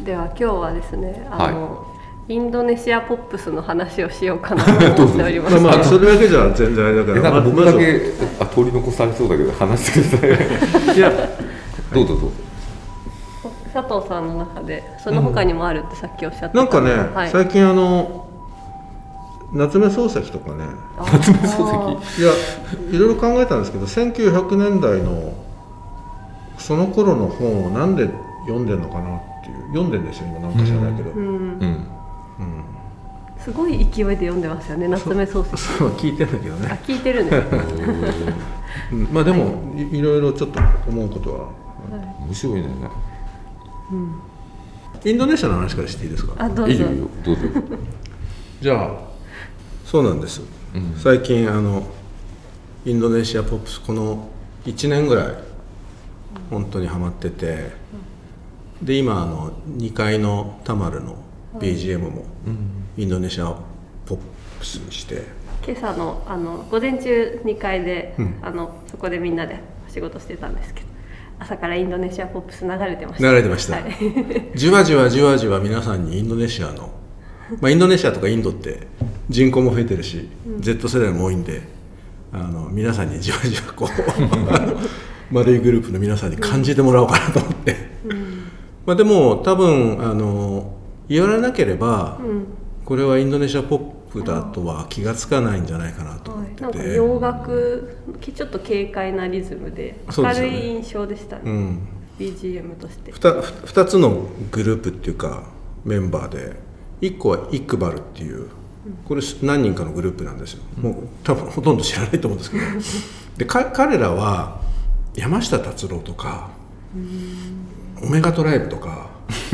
では今日はですね、 はインドネシアポップスの話をしようかなと思っております。 まあそれだけじゃ全然あれだから、 なんか僕だけ取り残されそうだけど話してください。いや、どうぞどうぞ。 佐藤さんの中でその他にもあるってさっきおっしゃってた、 なんかね、 はい、 最近夏目漱石とかね、 夏目漱石、 いやいろいろ考えたんですけど、1900年代のその頃の本をなんで読んでんのかなっていう、読んでんですよ今なんか知らないけど、 すごい勢いで読んでますよね、夏目漱石。 そう聞いてんだけどね。 聞いてるんですね。 まあでも、いろいろちょっと思うことは、 面白いね。 インドネシアの話からしていいですか。 どうぞ。 いいよどうぞ。 じゃあそうなんです、最近インドネシアポップスこの1年ぐらい本当にハマってて、で今2階のタマルの BGM もインドネシアポップスにして、 今朝の午前中2階で、そこでみんなで仕事してたんですけど、朝からインドネシアポップス流れてました。 流れてました、はい、じわじわじわじわ皆さんにインドネシアの、インドネシアとかインドって人口も増えてるし、Z 世代も多いんで、皆さんにじわじわこうマレーグループの皆さんに感じてもらおうかなと思って、でも多分言われなければ、これはインドネシアポップだとは気がつかないんじゃないかなと思ってて、 なんか洋楽ちょっと軽快なリズムで明るい印象でしたね、BGM として。 2つのグループっていうかメンバーで、1個はイックバルっていう、これ何人かのグループなんですよ。もう多分ほとんど知らないと思うんですけどで彼らは山下達郎とかオメガトライブとか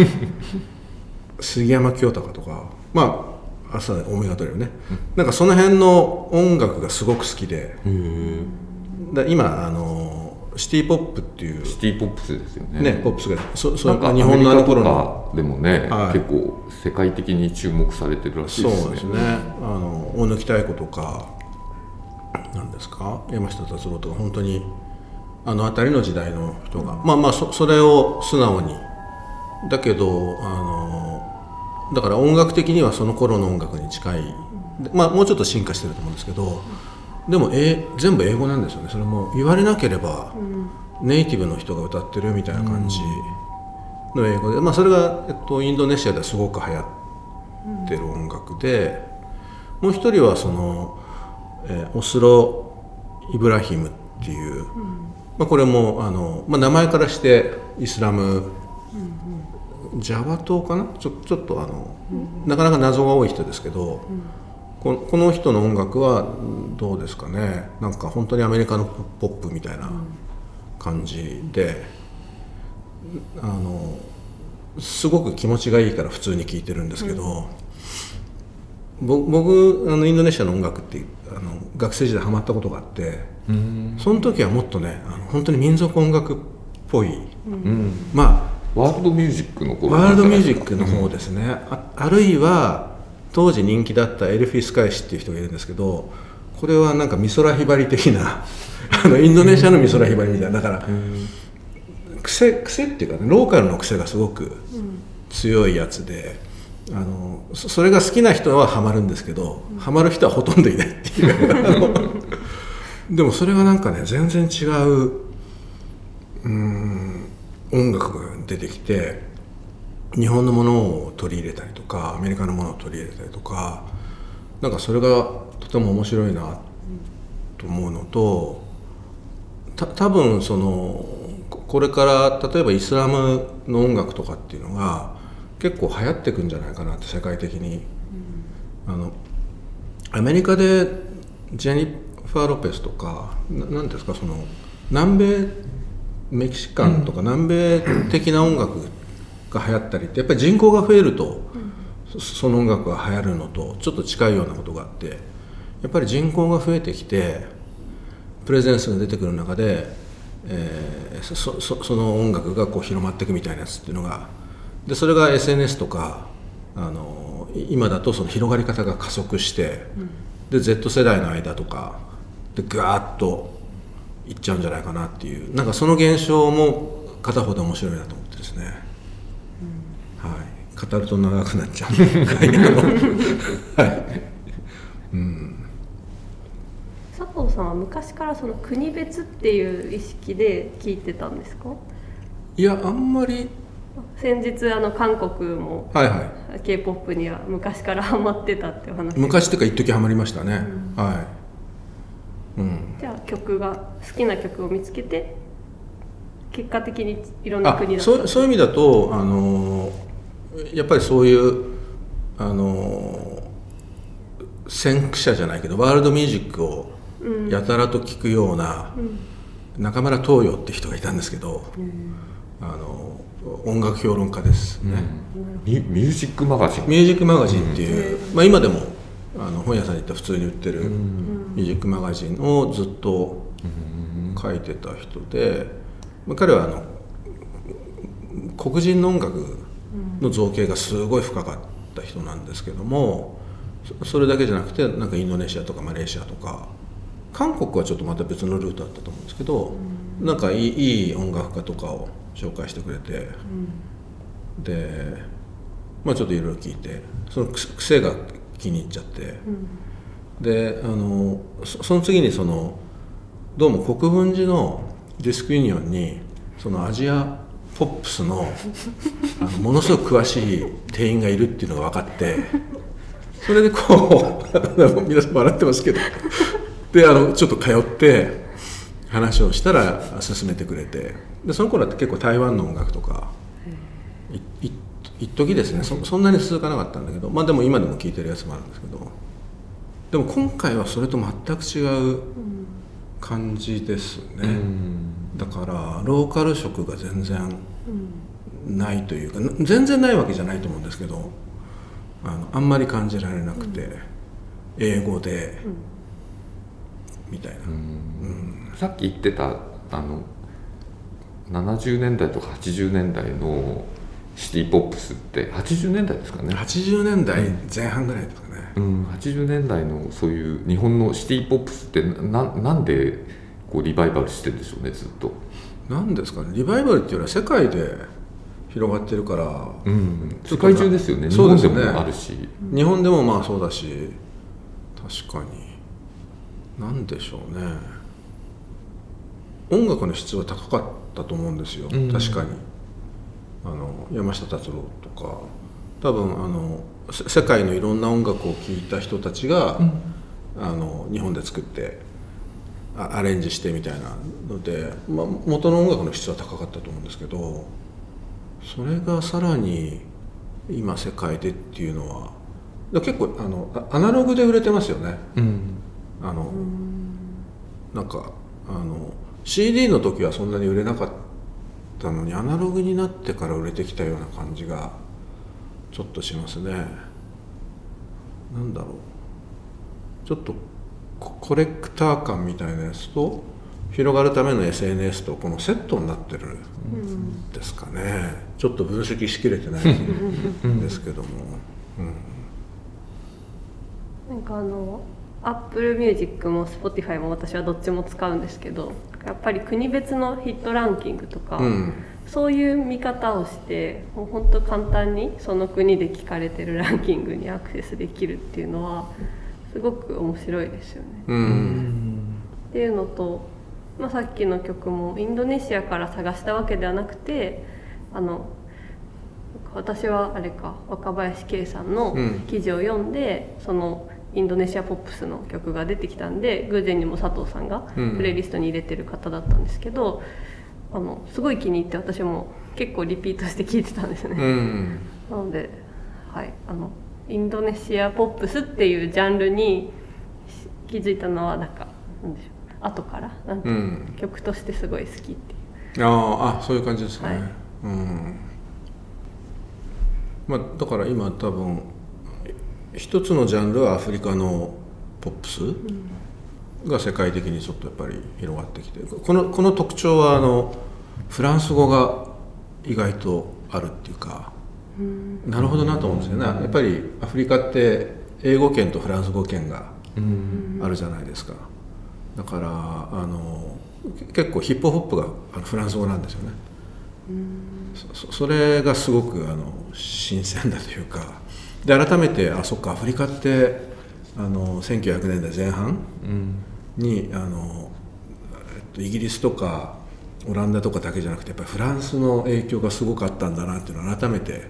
杉山清隆とか、朝オメガトライブね、なんかその辺の音楽がすごく好きで、今シティポップっていう、 シティポップスですよね。 ポップスがなんか日本のとかでもね、 はい、 結構世界的に注目されてるらしいですね。 そうですね。大貫妙子とかなんですか、山下達郎とか、本当に辺りの時代の人が、それを素直にだけどだから音楽的にはその頃の音楽に近い、もうちょっと進化してると思うんですけど、でも全部英語なんですよね。それも言われなければ、ネイティブの人が歌ってるみたいな感じの英語で、それが、インドネシアではすごく流行ってる音楽で、もう一人はオスロ・イブラヒムっていう、これも名前からしてイスラム、ジャワ島かな、ちょっとなかなか謎が多い人ですけど、この人の音楽はどうですかね、なんか本当にアメリカのポップみたいな感じで、すごく気持ちがいいから普通に聴いてるんですけど、僕インドネシアの音楽って学生時代ハマったことがあって、その時はもっとね本当に民族音楽っぽい、 ワールドミュージックの頃、 ワールドミュージックの方ですね、あるいは当時人気だったエルフィス・カイシっていう人がいるんですけど、これはなんか美空ひばり的なインドネシアの美空ひばりみたいな、だから癖っていうかね、ローカルの癖がすごく強いやつで、それが好きな人はハマるんですけど、ハマる人はほとんどいないっていうでもそれがなんかね全然違う音楽が出てきて、日本のものを取り入れたりとかアメリカのものを取り入れたりとか、なんかそれがとても面白いなと思うのと、多分これから例えばイスラムの音楽とかっていうのが結構流行っていくんじゃないかなって、世界的に。アメリカでジェニファー・ロペスとか何ですか、南米メキシカンとか南米的な音楽が流行ったりって、やっぱり人口が増えると、その音楽が流行るのとちょっと近いようなことがあって、やっぱり人口が増えてきてプレゼンスが出てくる中で、その音楽がこう広まっていくみたいなやつっていうのが、でそれが SNS とか今だとその広がり方が加速して、で Z 世代の間とかでガーッといっちゃうんじゃないかなっていう、なんかその現象も片方で面白いなと思ってですね、はい。 語ると長くなっちゃうはい、うん、 佐藤さんは昔からその国別っていう意識で聞いてたんですか？ いや、あんまり。 先日韓国も K-POP には昔からハマってたってお話。 昔っていうか一時ハマりましたね、うん、はい、うん、 じゃあ曲が好きな曲を見つけて結果的にいろんな国だった。 そういう意味だとやっぱりそういう先駆者じゃないけどワールドミュージックをやたらと聴くような、中村東洋って人がいたんですけど、音楽評論家ですね、 ミュージックマガジンっていう、今でも本屋さんに行ったら普通に売ってるミュージックマガジンをずっと書いてた人で、彼は黒人の音楽の造形がすごい深かった人なんですけども、それだけじゃなくてなんかインドネシアとかマレーシアとか韓国はちょっとまた別のルートだったと思うんですけど、なんかいい音楽家とかを紹介してくれて、で、ちょっといろいろ聞いてその癖が気に入っちゃって、でその次にどうも国分寺のディスクユニオンにそのアジアポップスのものすごく詳しい店員がいるっていうのが分かって、それでこう皆さん笑ってますけどでちょっと通って話をしたら勧めてくれて、でその頃は結構台湾の音楽とか一時ですね、そんなに続かなかったんだけど、でも今でも聴いてるやつもあるんですけど、でも今回はそれと全く違う感じですね、だからローカル色が全然ないというか、全然ないわけじゃないと思うんですけど、あんまり感じられなくて、英語で、みたいな、 さっき言ってた70年代とか80年代のシティポップスって80年代ですかね。 80年代前半ぐらいですかね、 80年代のそういう日本のシティポップスってなんでこうリバイバルしてるんでしょうね、ずっと。 なんですかね、リバイバルっていうのは世界で広がってるから、 世界中ですよね。日本でもあるし、 日本でもそうだし、確かになんでしょうね、音楽の質は高かったと思うんですよ、確かに山下達郎とか多分世界のいろんな音楽を聴いた人たちが、日本で作ってアレンジしてみたいなので、元の音楽の質は高かったと思うんですけど、それがさらに今世界でっていうのは結構アナログで売れてますよね、なんかCD の時はそんなに売れなかったのにアナログになってから売れてきたような感じがちょっとしますね。なんだろう、ちょっとコレクター感みたいなやつと広がるための SNS とこのセットになってるんですかね、ちょっと分析しきれてないんですけども、 なんかApple Music も Spotify も私はどっちも使うんですけど、やっぱり国別のヒットランキングとか、そういう見方をしてもう本当簡単にその国で聞かれてるランキングにアクセスできるっていうのはすごく面白いですよね。っていうのと、さっきの曲もインドネシアから探したわけではなくて、私はあれか若林圭さんの記事を読んで、そのインドネシアポップスの曲が出てきたんで、偶然にも佐藤さんがプレイリストに入れてる方だったんですけど、すごい気に入って私も結構リピートして聴いてたんですよね、なので、インドネシアポップスっていうジャンルに気づいたのはなんでしょう、後から曲としてすごい好きっていう。 そういう感じですね、だから今多分一つのジャンルはアフリカのポップスが世界的にちょっとやっぱり広がってきて、この特徴はフランス語が意外とあるっていうか、なるほどなと思うんですよね。やっぱりアフリカって英語圏とフランス語圏があるじゃないですか。だから結構ヒップホップがフランス語なんですよね。 それがすごく新鮮だというか、で改めてそっかアフリカって1900年代前半に、イギリスとかオランダとかだけじゃなくてやっぱりフランスの影響がすごかったんだなっていうのを改めて、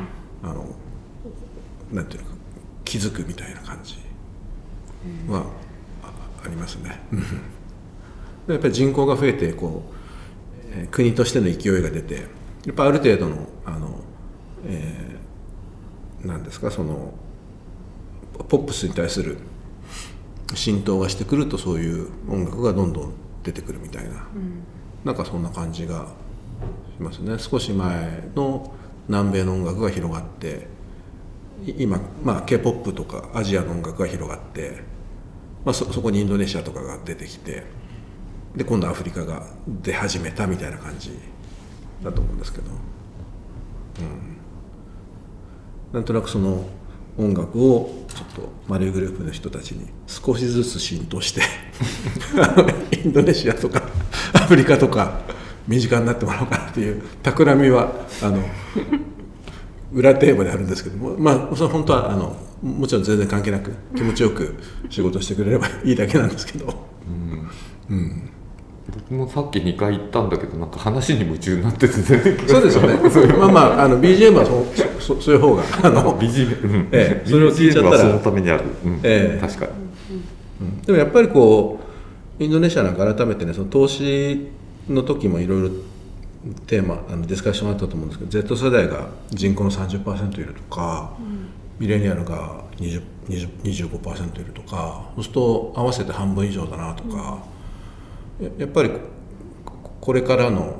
なんていうのか気づくみたいな感じはありますね。やっぱり人口が増えて国としての勢いが出て、やっぱある程度のなんですか、そのポップスに対する浸透がしてくると、そういう音楽がどんどん出てくるみたいな、なんかそんな感じがしますね。少し前の南米の音楽が広がって、今、K-POP とかアジアの音楽が広がって、そこにインドネシアとかが出てきて、で今度アフリカが出始めたみたいな感じだと思うんですけど、なんとなくその音楽をちょっとマレーグループの人たちに少しずつ浸透してインドネシアとかアフリカとか身近になってもらおうかなっていう企みは裏テーマであるんですけども、それ本当はもちろん全然関係なく気持ちよく仕事してくれればいいだけなんですけど、 僕もさっき2回行ったんだけど、なんか話に夢中になってて全然そうですよねBGM はそういう方が BGM、 それを聞いちゃったらそのためにある、確かに、 でもやっぱりインドネシアなんか改めてね、その投資の時もいろいろテーマディスカッションあったと思うんですけど、 Z 世代が人口の 30% いるとか、ミレニアルが25% いるとか、そうすると合わせて半分以上だなとか、やっぱりこれからの、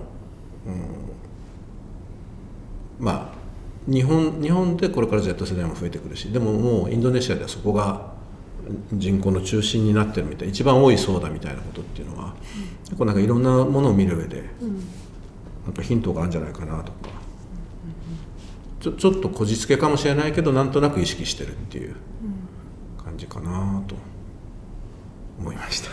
日本でこれから Z 世代も増えてくるし、でももうインドネシアではそこが人口の中心になってるみたい、一番多いそうだみたいなことっていうのは、結構なんかいろんなものを見る上で、なんかヒントがあるんじゃないかなとか、ちょっとこじつけかもしれないけど、なんとなく意識してるっていう感じかなと思いました。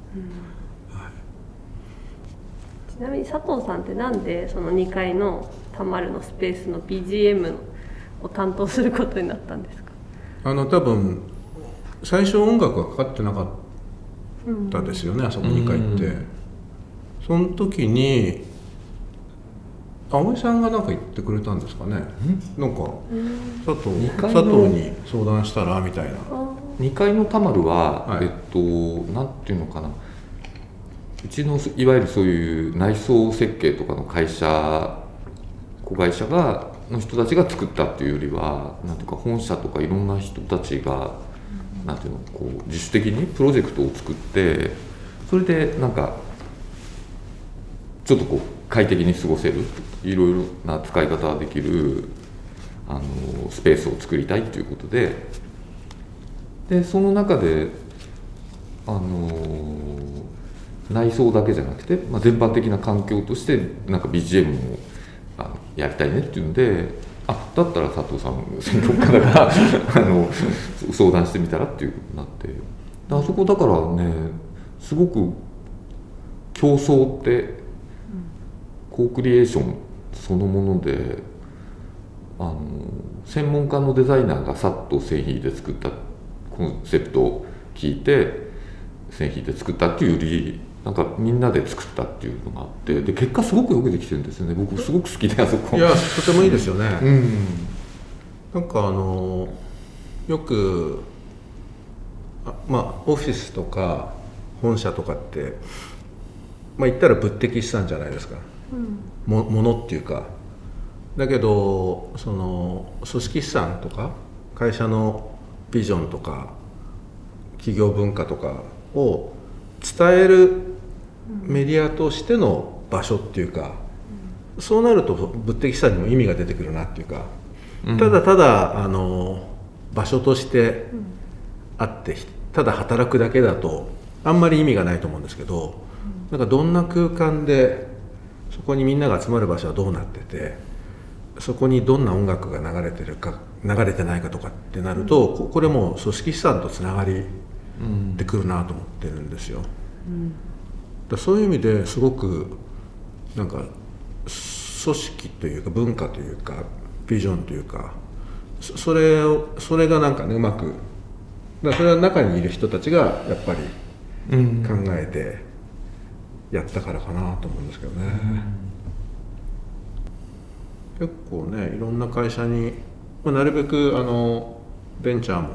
ちなみに佐藤さんってなんでその2階のたまるのスペースの BGM を担当することになったんですか？ 多分最初音楽はかかってなかったですよね、あそこ2階って。その時に葵さんがなんか言ってくれたんですかね。なんか佐藤に相談したらみたいな。 2階のたまるは、なんていうのかな、うちのいわゆるそういう内装設計とかの子会社の人たちが作ったっていうよりは、なんていうか本社とかいろんな人たちがなんていうの自主的にプロジェクトを作って、それでなんかちょっと快適に過ごせる、いろいろな使い方ができるスペースを作りたいということで、その中で内装だけじゃなくて、全般的な環境としてなんか BGM もやりたいねっていうので、だったら佐藤さん専門家だから相談してみたらっていうことになって、あそこだからね、すごく競争ってコークリエーションそのもので、専門家のデザイナーがさっと線引いて作ったコンセプトを聞いて線引いて作ったっていうより、なんかみんなで作ったっていうのがあって、で結果すごくよくできてるんですよね。僕すごく好きで、あそこ。 いやとてもいいですよね。なんかよくオフィスとか本社とかって言ったら物的資産じゃないですか、ものっていうか。だけどその組織資産とか会社のビジョンとか企業文化とかを伝えるメディアとしての場所っていうか、そうなると物的資産にも意味が出てくるなっていうか、ただただ場所としてあってただ働くだけだとあんまり意味がないと思うんですけど、なんかどんな空間でそこにみんなが集まる場所はどうなってて、そこにどんな音楽が流れてるか流れてないかとかってなると、これも組織資産とつながりでくるなと思ってるんですよ。そういう意味ですごくなんか織というか文化というかビジョンというかそれがなんかねうまくだからそれは中にいる人たちがやっぱり考えてやったからかなと思うんですけどね、結構ねいろんな会社に、なるべくベンチャーも、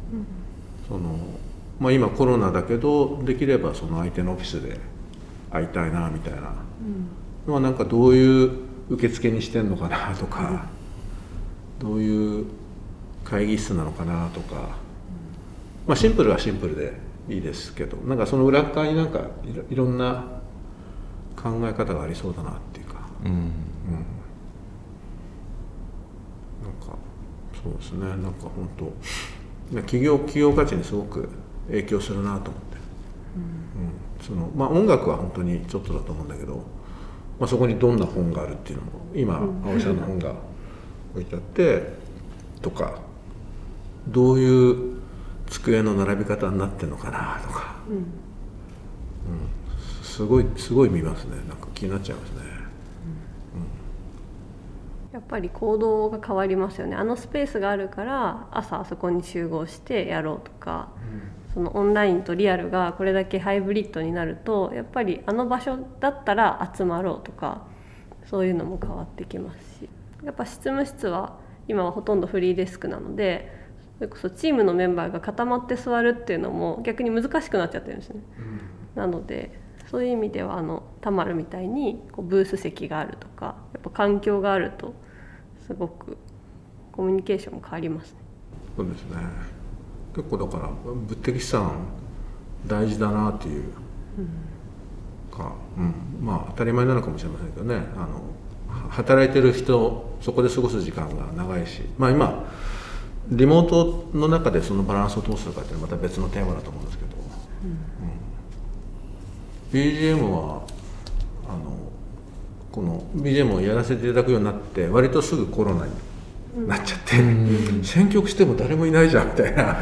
今コロナだけどできればその相手のオフィスで会いたいなみたいなのはなんかどういう受付にしてんのかなとか、どういう会議室なのかなとか、シンプルはシンプルでいいですけど、なんかその裏側になんかいろんな考え方がありそうだなっていうか、なんかそうですね、なんか本当企業価値にすごく影響するなと思って、音楽は本当にちょっとだと思うんだけど、そこにどんな本があるっていうのも今葵さんの本が置いてあってとか、どういう机の並び方になってるのかなとか、すごい見ますね。なんか気になっちゃいますね、 やっぱり行動が変わりますよね。スペースがあるから朝あそこに集合してやろうとか、そのオンラインとリアルがこれだけハイブリッドになると、やっぱり場所だったら集まろうとか、そういうのも変わってきますし、やっぱ執務室は今はほとんどフリーデスクなので、それこそチームのメンバーが固まって座るっていうのも逆に難しくなっちゃってるんですね、なのでそういう意味では田丸みたいにブース席があるとか、やっぱ環境があるとすごくコミュニケーションも変わりますね。 そうですね。結構だから物的資産大事だなっていうか、当たり前なのかもしれませんけどね、働いてる人そこで過ごす時間が長いし、今リモートの中でそのバランスをどうするかっていうのはまた別のテーマだと思うんですけど、BGM はこの BGM をやらせていただくようになって割とすぐコロナになっちゃって、選曲しても誰もいないじゃんみたいな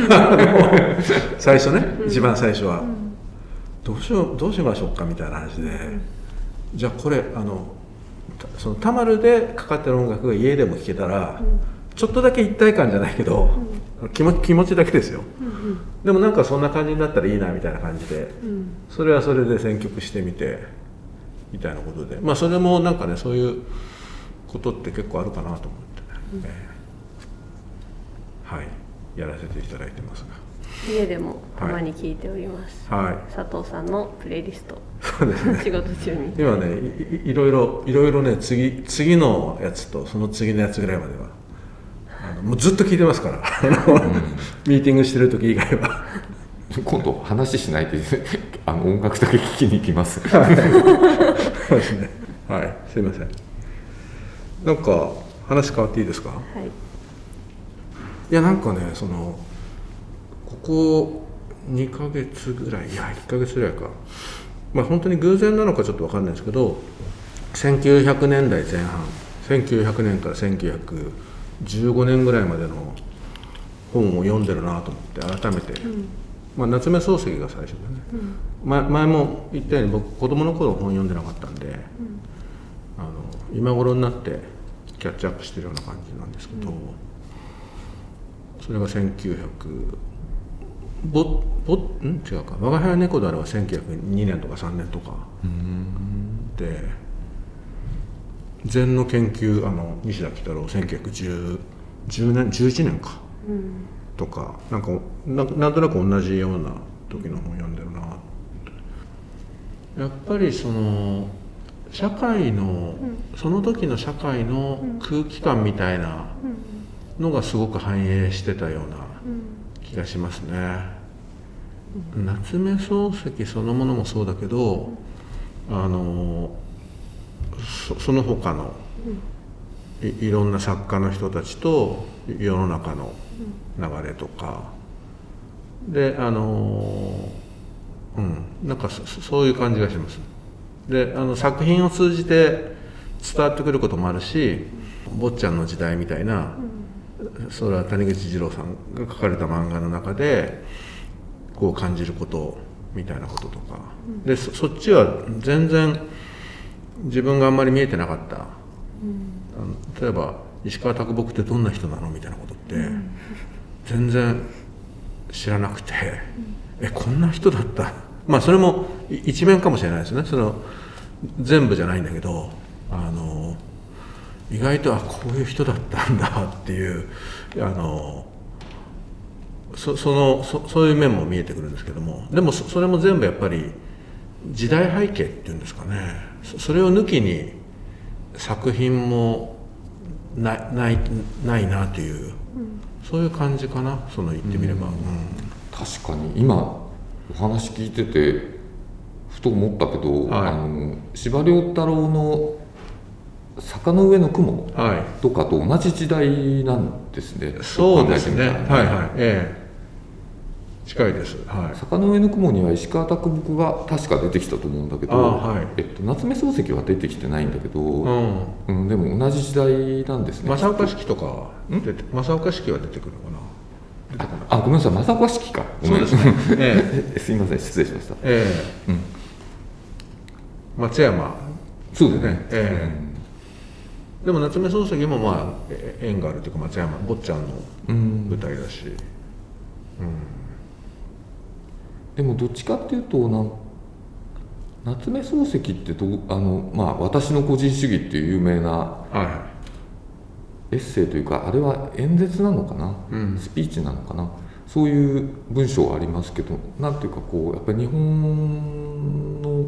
最初ね、一番最初は、どうしましょうかみたいな話で、じゃあこれその田丸でかかってる音楽が家でも聴けたら、ちょっとだけ一体感じゃないけど、気持ちだけですよ、でもなんかそんな感じになったらいいなみたいな感じで、それはそれで選曲してみてみたいなことで、それもなんかね、そういうことって結構あるかなと思ってね、やらせていただいてますが、 家でもたまに聞いております、佐藤さんのプレイリスト。 そうですね、 仕事中に今ね、いろいろね、次のやつとその次のやつぐらいまではもうずっと聞いてますからミーティングしてる時以外は今度話しないで音楽だけ聴きに行きますそうですね、すいません。なんか話変わっていいですか？いや、なんかね、ここ2ヶ月ぐらい、1ヶ月ぐらいか、本当に偶然なのかちょっと分かんないですけど、1900年代前半、1900年から1915年ぐらいまでの本を読んでるなと思って改めて、夏目漱石が最初でね、前も言ったように僕子供の頃本読んでなかったんで、今頃になってキャッチアップしてるような感じなんですけど、それが1900違うか、我が輩は猫であれば1902年とか3年とかで、禅の研究西田喜太郎1910年11年か、とか、なんとなく同じような時の本読んでるなって。やっぱりその社会の、その時の社会の空気感みたいなのがすごく反映してたような気がしますね。夏目漱石そのものもそうだけど、その他のいろんな作家の人たちと世の中の流れとかで、なんかそういう感じがします。で、作品を通じて伝わってくることもあるし、坊ちゃんの時代みたいな、それは谷口二郎さんが書かれた漫画の中でこう感じることみたいなこととかで、そっちは全然自分があんまり見えてなかった、例えば石川啄木ってどんな人なのみたいなことって全然知らなくて、こんな人だった、まあそれも一面かもしれないですね、その全部じゃないんだけど、意外とこういう人だったんだっていうそういう面も見えてくるんですけども、でもそれも全部やっぱり時代背景っていうんですかね、それを抜きに作品もないなという、そういう感じかな、その言ってみれば、 確かに今お話聞いててふと思ったけど、司馬遼太郎の「坂の上の雲」とかと同じ時代なんですね。 そうですね、近いです、 坂の上の雲には石川啄木が確か出てきたと思うんだけど、夏目漱石は出てきてないんだけど、でも同じ時代なんですね。 正岡子規とか正岡子規は出てくるのかな。 ごめんなさい、正岡子規か。 そうですね、 すいません、失礼しました。 松山、 そうですね。 でも夏目漱石も縁があるというか、松山坊ちゃんの舞台だし、 でもどっちかっていうと夏目漱石って私の個人主義っていう有名なエッセイというか、あれは演説なのかな、スピーチなのかな、そういう文章はありますけど、なんていうかやっぱり日本の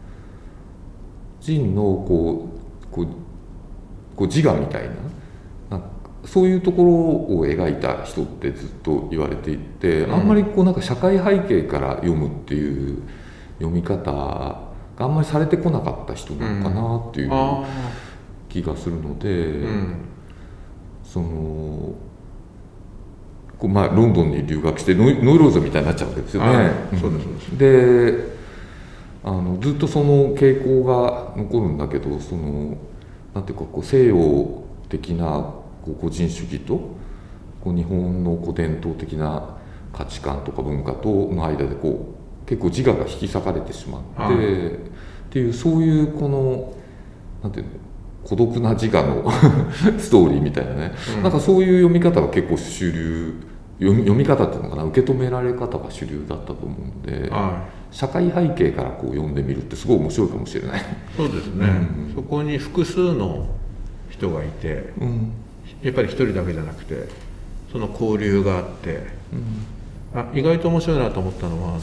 人の自我みたいな、そういうところを描いた人ってずっと言われていて、あんまり社会背景から読むっていう読み方があんまりされてこなかった人なのかなっていう気がするので、ロンドンに留学してノイローゼみたいになっちゃうわけですよね。でずっとその傾向が残るんだけど、なんていうか西洋的な個人主義と日本の伝統的な価値観とか文化との間で結構自我が引き裂かれてしまって、っていう、そういうなんていうの、孤独な自我のストーリーみたいなね、なんかそういう読み方が結構主流、読み方っていうのかな、受け止められ方が主流だったと思うので、社会背景から読んでみるってすごい面白いかもしれない。 そうですね、そこに複数の人がいて、やっぱり一人だけじゃなくてその交流があって、意外と面白いなと思ったのは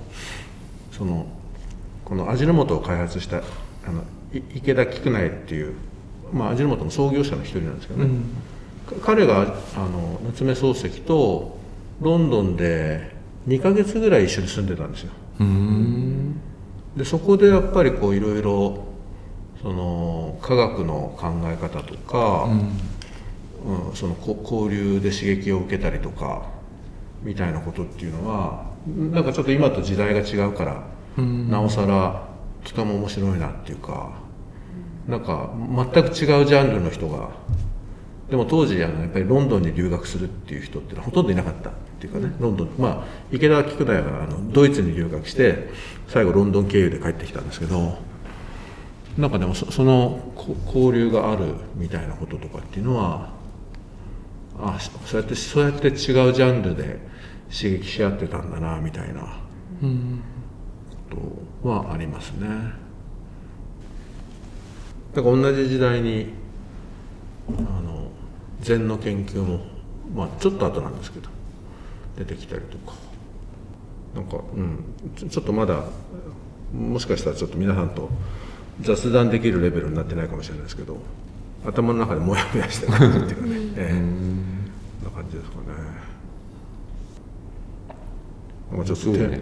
この味の素を開発した池田菊苗っていう、味の素の創業者の一人なんですけどね、彼が夏目漱石とロンドンで2ヶ月ぐらい一緒に住んでたんですよ。でそこでやっぱりいろいろ科学の考え方とか、その交流で刺激を受けたりとかみたいなことっていうのは、なんかちょっと今と時代が違うから、なおさらとても面白いなっていうか、なんか全く違うジャンルの人が、でも当時やっぱりロンドンに留学するっていう人ってのはほとんどいなかったっていうかね、ロンドン、池田菊苗がドイツに留学して最後ロンドン経由で帰ってきたんですけど、なんかでもその交流があるみたいなこととかっていうのは、そうやって違うジャンルで刺激し合ってたんだなみたいなことはありますね。だから同じ時代に禅の研究も、ちょっと後なんですけど出てきたりとか、なんか、ちょっとまだもしかしたらちょっと皆さんと雑談できるレベルになってないかもしれないですけど、頭の中でモヤモヤしてる感じっていうかね、そんな感じですかね。ちょっとね、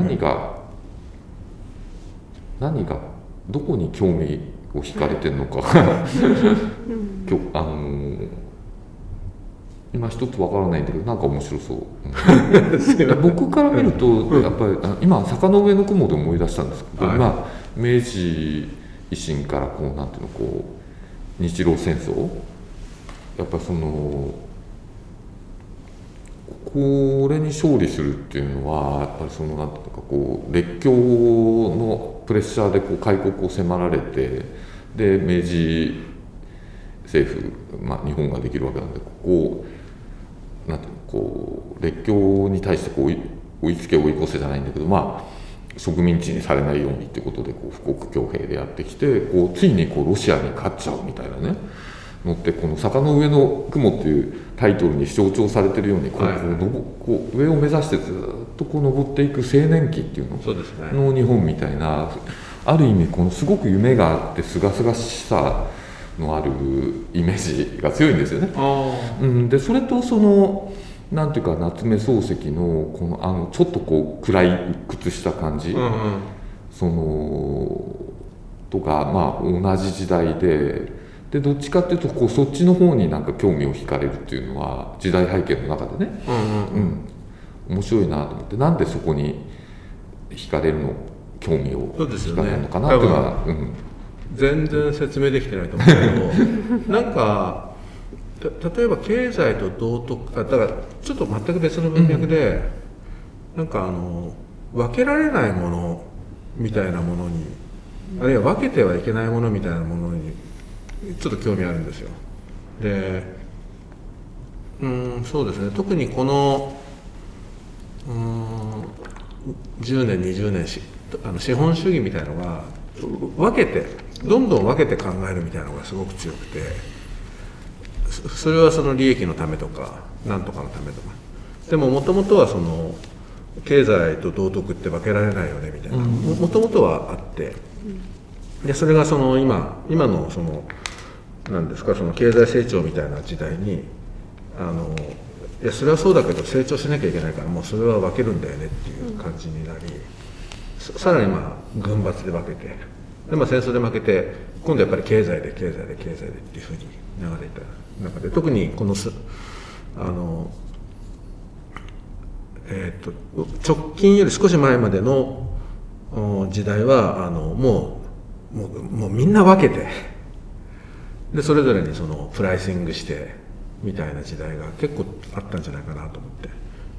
何がどこに興味を惹かれてるのか今一つわからないんだけど、なんか面白そう、僕から見るとやっぱり今坂の上の雲で思い出したんですけど、明治維新からなんていうの日露戦争、やっぱりこれに勝利するっていうのはやっぱりなんていうか列強のプレッシャーで開国を迫られて、 で明治政府、日本ができるわけなんで、ここなんていうの、こう列強に対してこう追いつけ追い越せじゃないんだけど、植民地にされないようにっていうことでこう富国強兵でやってきて、こうついにこうロシアに勝っちゃうみたいなねのって、この坂の上の雲っていうタイトルに象徴されてるように、こう上を目指してずっとこう登っていく青年期っていうのそうですねの日本みたいな、ある意味このすごく夢があってすがすがしさのあるイメージが強いんですよね。でそれとそのなんていうか夏目漱石のこのちょっとこう暗い鬱屈した感じ、そのとか同じ時代でどっちかっていうとこうそっちの方になんか興味を惹かれるっていうのは時代背景の中でね、面白いなと思って、なんでそこに惹かれるの、興味を惹かれるのかなっていうのは、 全然説明できてないと思うけどなんか例えば経済と道徳だからちょっと全く別の文脈で、なんか分けられないものみたいなものに、あるいは分けてはいけないものみたいなものにちょっと興味あるんですよ。でそうですね、特にこの10年20年資本主義みたいなのが分けてどんどん分けて考えるみたいなのがすごく強くて、それはその利益のためとかなんとかのためとか、でももともとはその経済と道徳って分けられないよねみたいな、もともとはあって、でそれがその今のそのなんですか、その経済成長みたいな時代にいやそれはそうだけど成長しなきゃいけないからもうそれは分けるんだよねっていう感じになり、さらに軍閥で分けて、で戦争で負けて今度やっぱり経済でっていうふうに流れていった中で、特にこの直近より少し前までの時代はもうみんな分けて、でそれぞれにそのプライシングしてみたいな時代が結構あったんじゃないかなと思って、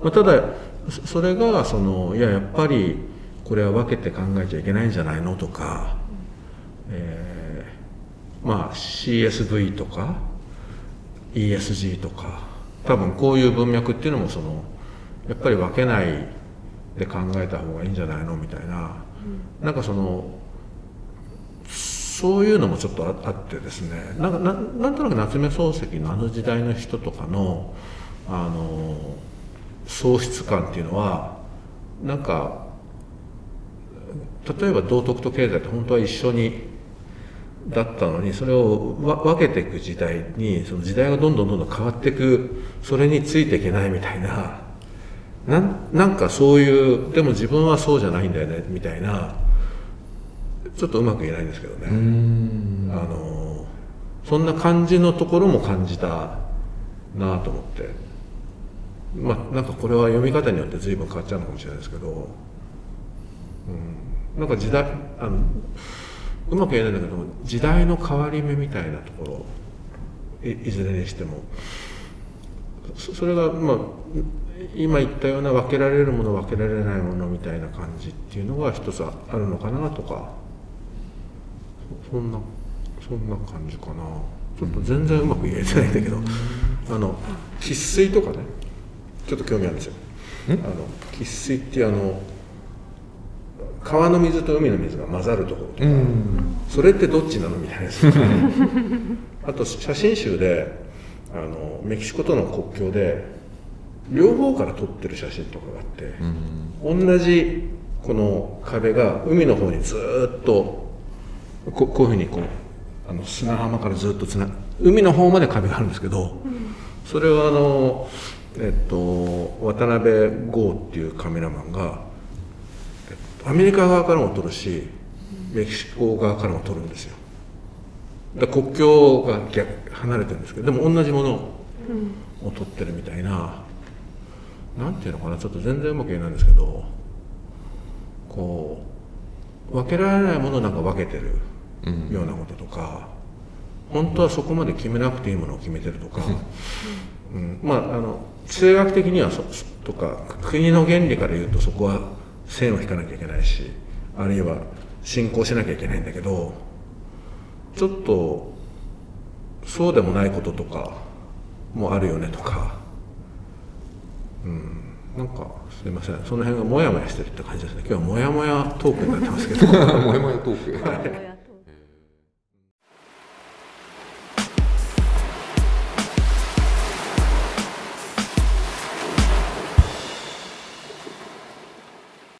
ただそれがやっぱりこれは分けて考えちゃいけないんじゃないのとか、CSV とか ESG とか多分こういう文脈っていうのもやっぱり分けないで考えた方がいいんじゃないのみたいな、なんかそういうのもちょっとあってですね、なんとなく夏目漱石のあの時代の人とかの喪失感っていうのは、なんか例えば道徳と経済って本当は一緒にだったのに、それを分けていく時代にその時代がどんどん変わっていく、それについていけないみたいな、なんかそういう、でも自分はそうじゃないんだよねみたいな、ちょっとうまく言えないんですけどね、そんな感じのところも感じたなと思って、なんかこれは読み方によって随分変わっちゃうのかもしれないですけど、なんか時代うまく言えないんだけど時代の変わり目みたいなところ、いずれにしてもそれが今言ったような分けられるもの分けられないものみたいな感じっていうのが一つあるのかなとか、そんな感じかな。ちょっと全然うまく言えてないんだけど、喫水とかねちょっと興味あるんですよ。喫水っていう川の水と海の水が混ざるところとか、それってどっちなのみたいなやつあと写真集でメキシコとの国境で両方から撮ってる写真とかがあって、同じこの壁が海の方にずっとこういうふうに砂浜からずっと海の方まで壁があるんですけど、それは渡辺剛っていうカメラマンがアメリカ側からも撮るしメキシコ側からも撮るんですよ。だから国境が離れてるんですけど、でも同じものを撮ってるみたいな、なんていうのかな、ちょっと全然うまく言えないんですけど、こう分けられないものをなんか分けてるようなこととか、本当はそこまで決めなくていいものを決めてるとか、地政学的にはとか国の原理から言うとそこは線を引かなきゃいけないし、あるいは進行しなきゃいけないんだけど、 ちょっとそうでもないこととかもあるよねとか、なんかすいません、その辺がモヤモヤしてるって感じですね。今日はモヤモヤトークになってますけどもやもやトーク。 はい